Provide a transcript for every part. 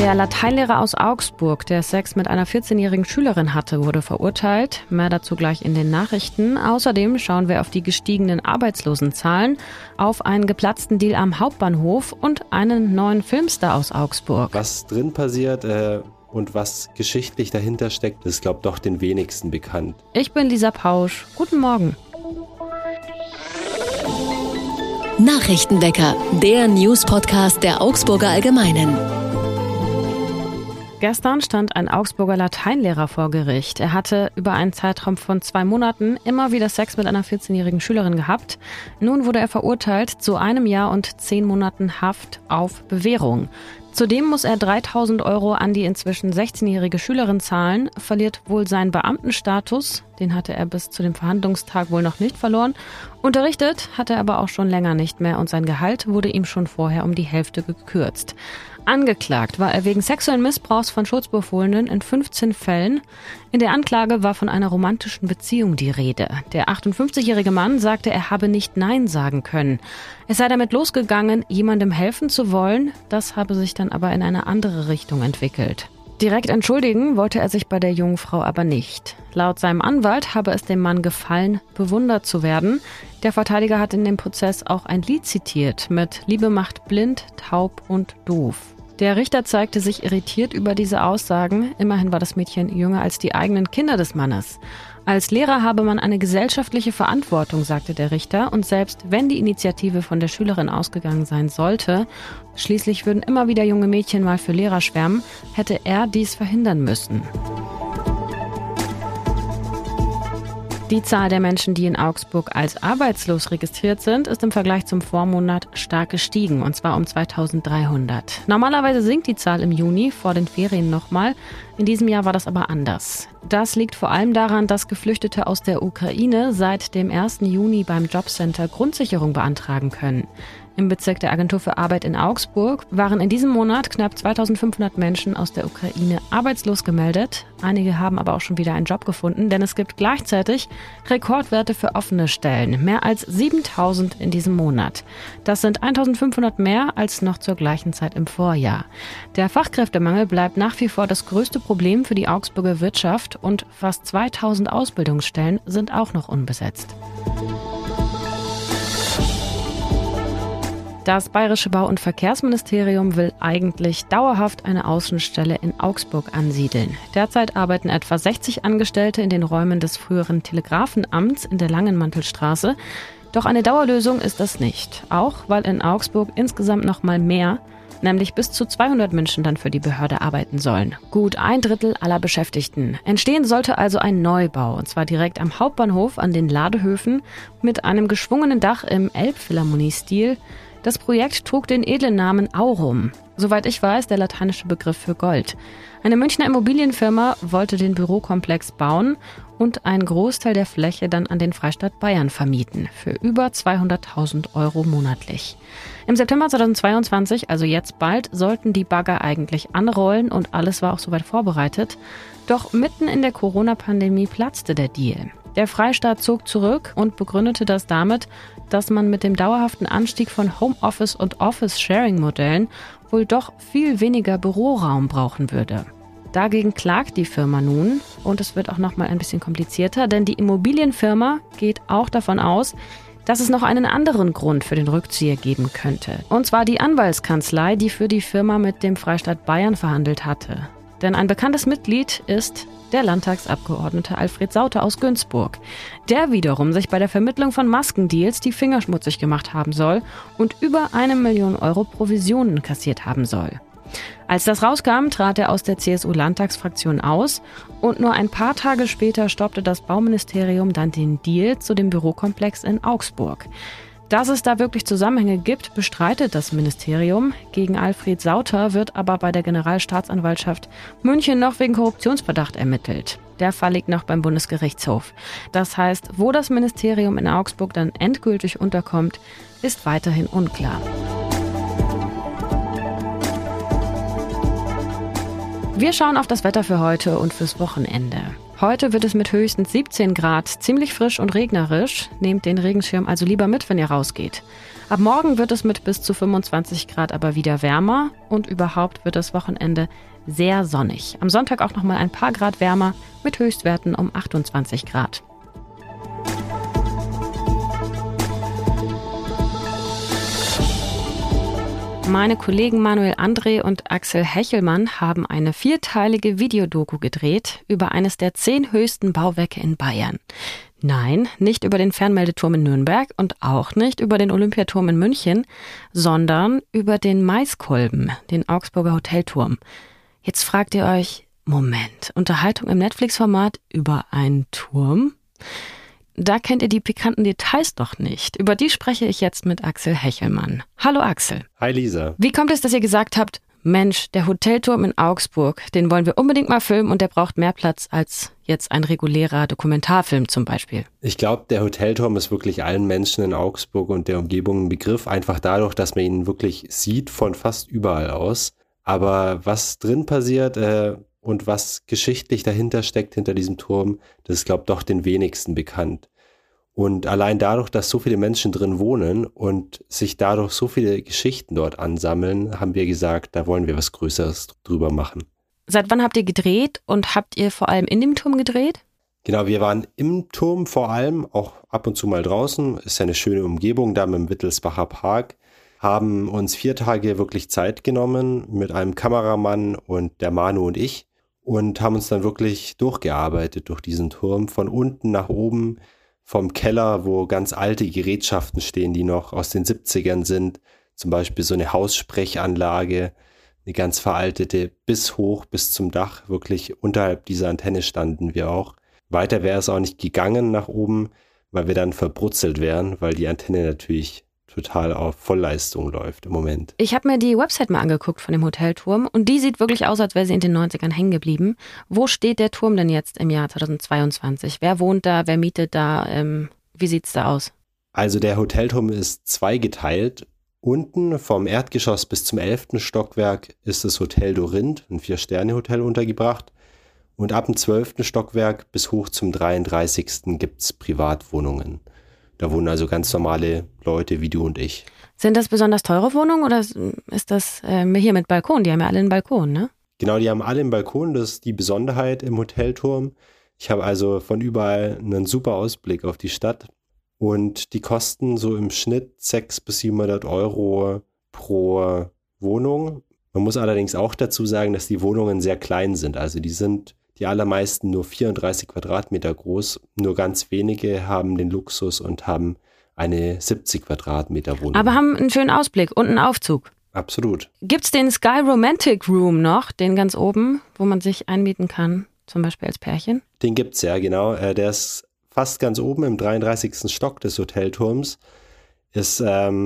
Der Lateinlehrer aus Augsburg, der Sex mit einer 14-jährigen Schülerin hatte, wurde verurteilt. Mehr dazu gleich in den Nachrichten. Außerdem schauen wir auf die gestiegenen Arbeitslosenzahlen, auf einen geplatzten Deal am Hauptbahnhof und einen neuen Filmstar aus Augsburg. Was drin passiert und was geschichtlich dahinter steckt, ist, glaube ich, doch den wenigsten bekannt. Ich bin Lisa Pausch. Guten Morgen. Nachrichtenwecker, der News-Podcast der Augsburger Allgemeinen. Gestern stand ein Augsburger Lateinlehrer vor Gericht. Er hatte über einen Zeitraum von 2 Monaten immer wieder Sex mit einer 14-jährigen Schülerin gehabt. Nun wurde er verurteilt zu 1 Jahr und 10 Monaten Haft auf Bewährung. Zudem muss er 3.000 € an die inzwischen 16-jährige Schülerin zahlen, verliert wohl seinen Beamtenstatus, den hatte er bis zu dem Verhandlungstag wohl noch nicht verloren. Unterrichtet hat er aber auch schon länger nicht mehr und sein Gehalt wurde ihm schon vorher um die Hälfte gekürzt. Angeklagt war er wegen sexuellen Missbrauchs von Schutzbefohlenen in 15 Fällen. In der Anklage war von einer romantischen Beziehung die Rede. Der 58-jährige Mann sagte, er habe nicht Nein sagen können. Es sei damit losgegangen, jemandem helfen zu wollen. Das habe sich dann aber in eine andere Richtung entwickelt. Direkt entschuldigen wollte er sich bei der jungen Frau aber nicht. Laut seinem Anwalt habe es dem Mann gefallen, bewundert zu werden. Der Verteidiger hat in dem Prozess auch ein Lied zitiert mit Liebe macht blind, taub und doof. Der Richter zeigte sich irritiert über diese Aussagen. Immerhin war das Mädchen jünger als die eigenen Kinder des Mannes. Als Lehrer habe man eine gesellschaftliche Verantwortung, sagte der Richter. Und selbst wenn die Initiative von der Schülerin ausgegangen sein sollte, schließlich würden immer wieder junge Mädchen mal für Lehrer schwärmen, hätte er dies verhindern müssen. Die Zahl der Menschen, die in Augsburg als arbeitslos registriert sind, ist im Vergleich zum Vormonat stark gestiegen, und zwar um 2.300. Normalerweise sinkt die Zahl im Juni vor den Ferien nochmal. In diesem Jahr war das aber anders. Das liegt vor allem daran, dass Geflüchtete aus der Ukraine seit dem 1. Juni beim Jobcenter Grundsicherung beantragen können. Im Bezirk der Agentur für Arbeit in Augsburg waren in diesem Monat knapp 2.500 Menschen aus der Ukraine arbeitslos gemeldet. Einige haben aber auch schon wieder einen Job gefunden, denn es gibt gleichzeitig Rekordwerte für offene Stellen. Mehr als 7.000 in diesem Monat. Das sind 1.500 mehr als noch zur gleichen Zeit im Vorjahr. Der Fachkräftemangel bleibt nach wie vor das größte Problem für die Augsburger Wirtschaft und fast 2.000 Ausbildungsstellen sind auch noch unbesetzt. Das Bayerische Bau- und Verkehrsministerium will eigentlich dauerhaft eine Außenstelle in Augsburg ansiedeln. Derzeit arbeiten etwa 60 Angestellte in den Räumen des früheren Telegrafenamts in der Langenmantelstraße. Doch eine Dauerlösung ist das nicht. Auch weil in Augsburg insgesamt noch mal mehr, nämlich bis zu 200 Menschen dann für die Behörde arbeiten sollen. Gut 1/3 aller Beschäftigten. Entstehen sollte also ein Neubau, und zwar direkt am Hauptbahnhof an den Ladehöfen mit einem geschwungenen Dach im Elbphilharmonie-Stil. Das Projekt trug den edlen Namen Aurum. Soweit ich weiß, der lateinische Begriff für Gold. Eine Münchner Immobilienfirma wollte den Bürokomplex bauen und einen Großteil der Fläche dann an den Freistaat Bayern vermieten, für über 200.000 € monatlich. Im September 2022, also jetzt bald, sollten die Bagger eigentlich anrollen und alles war auch soweit vorbereitet. Doch mitten in der Corona-Pandemie platzte der Deal. Der Freistaat zog zurück und begründete das damit, dass man mit dem dauerhaften Anstieg von Homeoffice- und Office-Sharing-Modellen wohl doch viel weniger Büroraum brauchen würde. Dagegen klagt die Firma nun und es wird auch noch mal ein bisschen komplizierter, denn die Immobilienfirma geht auch davon aus, dass es noch einen anderen Grund für den Rückzieher geben könnte. Und zwar die Anwaltskanzlei, die für die Firma mit dem Freistaat Bayern verhandelt hatte. Denn ein bekanntes Mitglied ist der Landtagsabgeordnete Alfred Sauter aus Günzburg, der wiederum sich bei der Vermittlung von Maskendeals die Finger schmutzig gemacht haben soll und über 1 Million € Provisionen kassiert haben soll. Als das rauskam, trat er aus der CSU-Landtagsfraktion aus und nur ein paar Tage später stoppte das Bauministerium dann den Deal zu dem Bürokomplex in Augsburg. Dass es da wirklich Zusammenhänge gibt, bestreitet das Ministerium. Gegen Alfred Sauter wird aber bei der Generalstaatsanwaltschaft München noch wegen Korruptionsverdacht ermittelt. Der Fall liegt noch beim Bundesgerichtshof. Das heißt, wo das Ministerium in Augsburg dann endgültig unterkommt, ist weiterhin unklar. Wir schauen auf das Wetter für heute und fürs Wochenende. Heute wird es mit höchstens 17 Grad ziemlich frisch und regnerisch. Nehmt den Regenschirm also lieber mit, wenn ihr rausgeht. Ab morgen wird es mit bis zu 25 Grad aber wieder wärmer und überhaupt wird das Wochenende sehr sonnig. Am Sonntag auch noch mal ein paar Grad wärmer mit Höchstwerten um 28 Grad. Meine Kollegen Manuel André und Axel Hechelmann haben eine 4-teilige Videodoku gedreht über eines der 10 höchsten Bauwerke in Bayern. Nein, nicht über den Fernmeldeturm in Nürnberg und auch nicht über den Olympiaturm in München, sondern über den Maiskolben, den Augsburger Hotelturm. Jetzt fragt ihr euch, Moment, Unterhaltung im Netflix-Format über einen Turm? Da kennt ihr die pikanten Details doch nicht. Über die spreche ich jetzt mit Axel Hechelmann. Hallo Axel. Hi Lisa. Wie kommt es, dass ihr gesagt habt, Mensch, der Hotelturm in Augsburg, den wollen wir unbedingt mal filmen und der braucht mehr Platz als jetzt ein regulärer Dokumentarfilm zum Beispiel? Ich glaube, der Hotelturm ist wirklich allen Menschen in Augsburg und der Umgebung ein Begriff, einfach dadurch, dass man ihn wirklich sieht von fast überall aus. Aber was drin passiert und was geschichtlich dahinter steckt, hinter diesem Turm, das ist, glaube ich, doch den wenigsten bekannt. Und allein dadurch, dass so viele Menschen drin wohnen und sich dadurch so viele Geschichten dort ansammeln, haben wir gesagt, da wollen wir was Größeres drüber machen. Seit wann habt ihr gedreht und habt ihr vor allem in dem Turm gedreht? Genau, wir waren im Turm vor allem, auch ab und zu mal draußen. Ist ja eine schöne Umgebung da mit dem Wittelsbacher Park. Haben uns 4 Tage wirklich Zeit genommen mit einem Kameramann und der Manu und ich und haben uns dann wirklich durchgearbeitet durch diesen Turm, von unten nach oben, vom Keller, wo ganz alte Gerätschaften stehen, die noch aus den 70ern sind, zum Beispiel so eine Haussprechanlage, eine ganz veraltete, bis hoch, bis zum Dach, wirklich unterhalb dieser Antenne standen wir auch. Weiter wäre es auch nicht gegangen nach oben, weil wir dann verbrutzelt wären, weil die Antenne natürlich total auf Vollleistung läuft im Moment. Ich habe mir die Website mal angeguckt von dem Hotelturm und die sieht wirklich aus, als wäre sie in den 90ern hängen geblieben. Wo steht der Turm denn jetzt im Jahr 2022? Wer wohnt da, wer mietet da, wie sieht's da aus? Also der Hotelturm ist zweigeteilt. Unten vom Erdgeschoss bis zum 11. Stockwerk ist das Hotel Dorinth, ein 4-Sterne-Hotel untergebracht. Und ab dem 12. Stockwerk bis hoch zum 33. gibt's Privatwohnungen. Da wohnen also ganz normale Leute wie du und ich. Sind das besonders teure Wohnungen oder ist das hier mit Balkon? Die haben ja alle einen Balkon, ne? Genau, die haben alle einen Balkon. Das ist die Besonderheit im Hotelturm. Ich habe also von überall einen super Ausblick auf die Stadt. Und die kosten so im Schnitt 600 bis 700 Euro pro Wohnung. Man muss allerdings auch dazu sagen, dass die Wohnungen sehr klein sind. Also die sind die allermeisten nur 34 Quadratmeter groß. Nur ganz wenige haben den Luxus und haben eine 70 Quadratmeter Wohnung. Aber haben einen schönen Ausblick und einen Aufzug. Absolut. Gibt's den Sky Romantic Room noch, den ganz oben, wo man sich einmieten kann, zum Beispiel als Pärchen? Den gibt's ja, genau. Der ist fast ganz oben im 33. Stock des Hotelturms. Ist,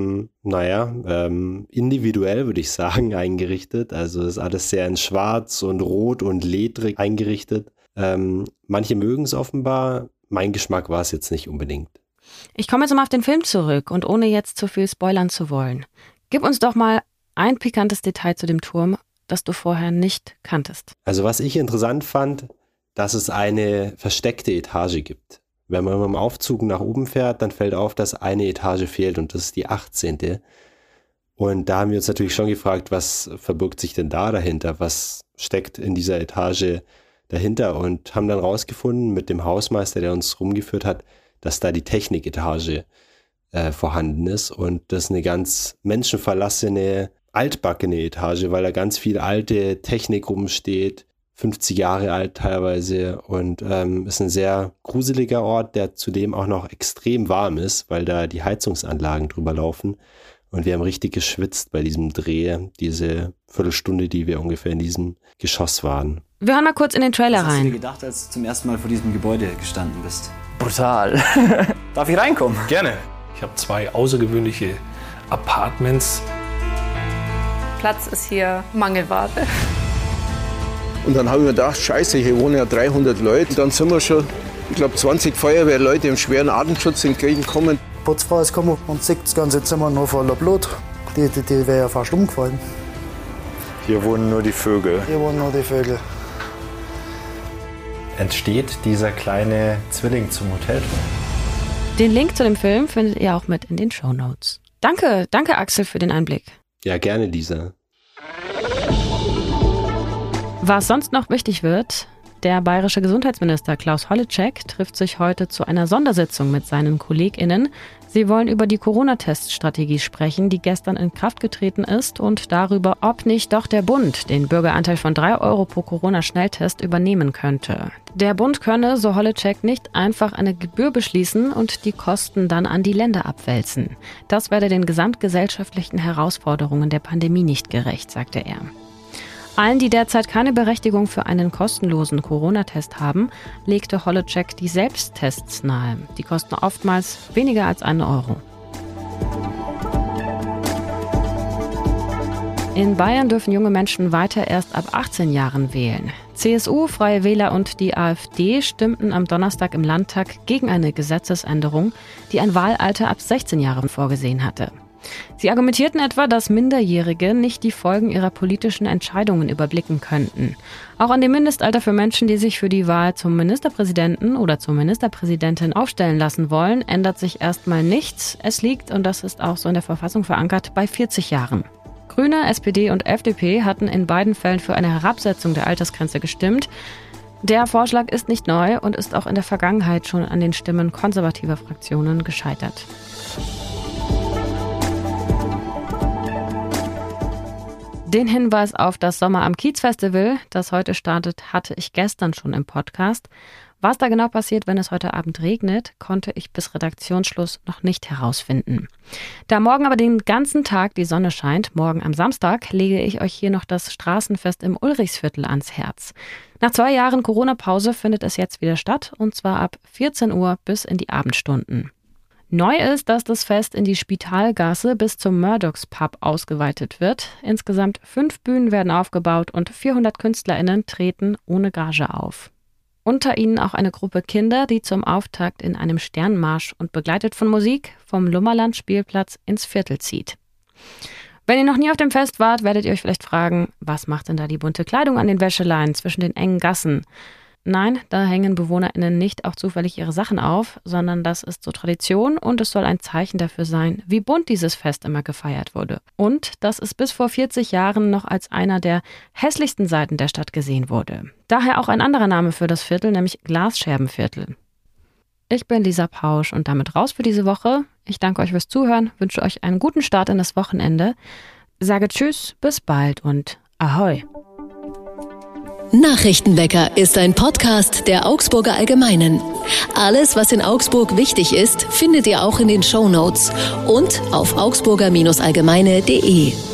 individuell, würde ich sagen, eingerichtet. Also ist alles sehr in schwarz und rot und ledrig eingerichtet. Manche mögen es offenbar. Mein Geschmack war es jetzt nicht unbedingt. Ich komme jetzt mal auf den Film zurück und ohne jetzt zu viel spoilern zu wollen. Gib uns doch mal ein pikantes Detail zu dem Turm, das du vorher nicht kanntest. Also was ich interessant fand, dass es eine versteckte Etage gibt. Wenn man mit dem Aufzug nach oben fährt, dann fällt auf, dass eine Etage fehlt und das ist die 18. Und da haben wir uns natürlich schon gefragt, was verbirgt sich denn da dahinter? Was steckt in dieser Etage dahinter? Und haben dann rausgefunden mit dem Hausmeister, der uns rumgeführt hat, dass da die Techniketage vorhanden ist. Und das ist eine ganz menschenverlassene, altbackene Etage, weil da ganz viel alte Technik rumsteht. 50 Jahre alt teilweise und ist ein sehr gruseliger Ort, der zudem auch noch extrem warm ist, weil da die Heizungsanlagen drüber laufen und wir haben richtig geschwitzt bei diesem Dreh, diese Viertelstunde, die wir ungefähr in diesem Geschoss waren. Wir hören mal kurz in den Trailer rein. Was hast du dir gedacht, als du zum ersten Mal vor diesem Gebäude gestanden bist? Brutal. Darf ich reinkommen? Gerne. Ich habe 2 außergewöhnliche Apartments. Platz ist hier Mangelware. Und dann habe ich mir gedacht, scheiße, hier wohnen ja 300 Leute. Und dann sind wir schon, ich glaube, 20 Feuerwehrleute im schweren Atemschutz entgegengekommen. Putzfrau ist gekommen und sieht das ganze Zimmer nur voller Blut. Die wäre ja fast umgefallen. Hier wohnen nur die Vögel. Hier wohnen nur die Vögel. entsteht dieser kleine Zwilling zum Hotelturm. Den Link zu dem Film findet ihr auch mit in den Shownotes. Danke Axel für den Einblick. Ja, gerne, Lisa. Was sonst noch wichtig wird: Der bayerische Gesundheitsminister Klaus Holleczek trifft sich heute zu einer Sondersitzung mit seinen KollegInnen. Sie wollen über die Corona-Teststrategie sprechen, die gestern in Kraft getreten ist, und darüber, ob nicht doch der Bund den Bürgeranteil von 3 € pro Corona-Schnelltest übernehmen könnte. Der Bund könne, so Holleczek, nicht einfach eine Gebühr beschließen und die Kosten dann an die Länder abwälzen. Das werde den gesamtgesellschaftlichen Herausforderungen der Pandemie nicht gerecht, sagte er. Allen, die derzeit keine Berechtigung für einen kostenlosen Corona-Test haben, legte Holleczek die Selbsttests nahe. Die kosten oftmals weniger als 1 €. In Bayern dürfen junge Menschen weiter erst ab 18 Jahren wählen. CSU, Freie Wähler und die AfD stimmten am Donnerstag im Landtag gegen eine Gesetzesänderung, die ein Wahlalter ab 16 Jahren vorgesehen hatte. Sie argumentierten etwa, dass Minderjährige nicht die Folgen ihrer politischen Entscheidungen überblicken könnten. Auch an dem Mindestalter für Menschen, die sich für die Wahl zum Ministerpräsidenten oder zur Ministerpräsidentin aufstellen lassen wollen, ändert sich erstmal nichts. Es liegt, und das ist auch so in der Verfassung verankert, bei 40 Jahren. Grüne, SPD und FDP hatten in beiden Fällen für eine Herabsetzung der Altersgrenze gestimmt. Der Vorschlag ist nicht neu und ist auch in der Vergangenheit schon an den Stimmen konservativer Fraktionen gescheitert. Den Hinweis auf das Sommer am Kiez-Festival, das heute startet, hatte ich gestern schon im Podcast. Was da genau passiert, wenn es heute Abend regnet, konnte ich bis Redaktionsschluss noch nicht herausfinden. Da morgen aber den ganzen Tag die Sonne scheint, morgen am Samstag, lege ich euch hier noch das Straßenfest im Ulrichsviertel ans Herz. Nach 2 Jahren Corona-Pause findet es jetzt wieder statt, und zwar ab 14 Uhr bis in die Abendstunden. Neu ist, dass das Fest in die Spitalgasse bis zum Murdochs Pub ausgeweitet wird. Insgesamt 5 Bühnen werden aufgebaut und 400 KünstlerInnen treten ohne Gage auf. Unter ihnen auch eine Gruppe Kinder, die zum Auftakt in einem Sternmarsch und begleitet von Musik vom Lummerland-Spielplatz ins Viertel zieht. Wenn ihr noch nie auf dem Fest wart, werdet ihr euch vielleicht fragen, was macht denn da die bunte Kleidung an den Wäscheleinen zwischen den engen Gassen? Nein, da hängen BewohnerInnen nicht auch zufällig ihre Sachen auf, sondern das ist so Tradition und es soll ein Zeichen dafür sein, wie bunt dieses Fest immer gefeiert wurde. Und dass es bis vor 40 Jahren noch als einer der hässlichsten Seiten der Stadt gesehen wurde. Daher auch ein anderer Name für das Viertel, nämlich Glasscherbenviertel. Ich bin Lisa Pausch und damit raus für diese Woche. Ich danke euch fürs Zuhören, wünsche euch einen guten Start in das Wochenende. Sage Tschüss, bis bald und Ahoi. Nachrichtenwecker ist ein Podcast der Augsburger Allgemeinen. Alles, was in Augsburg wichtig ist, findet ihr auch in den Shownotes und auf augsburger-allgemeine.de.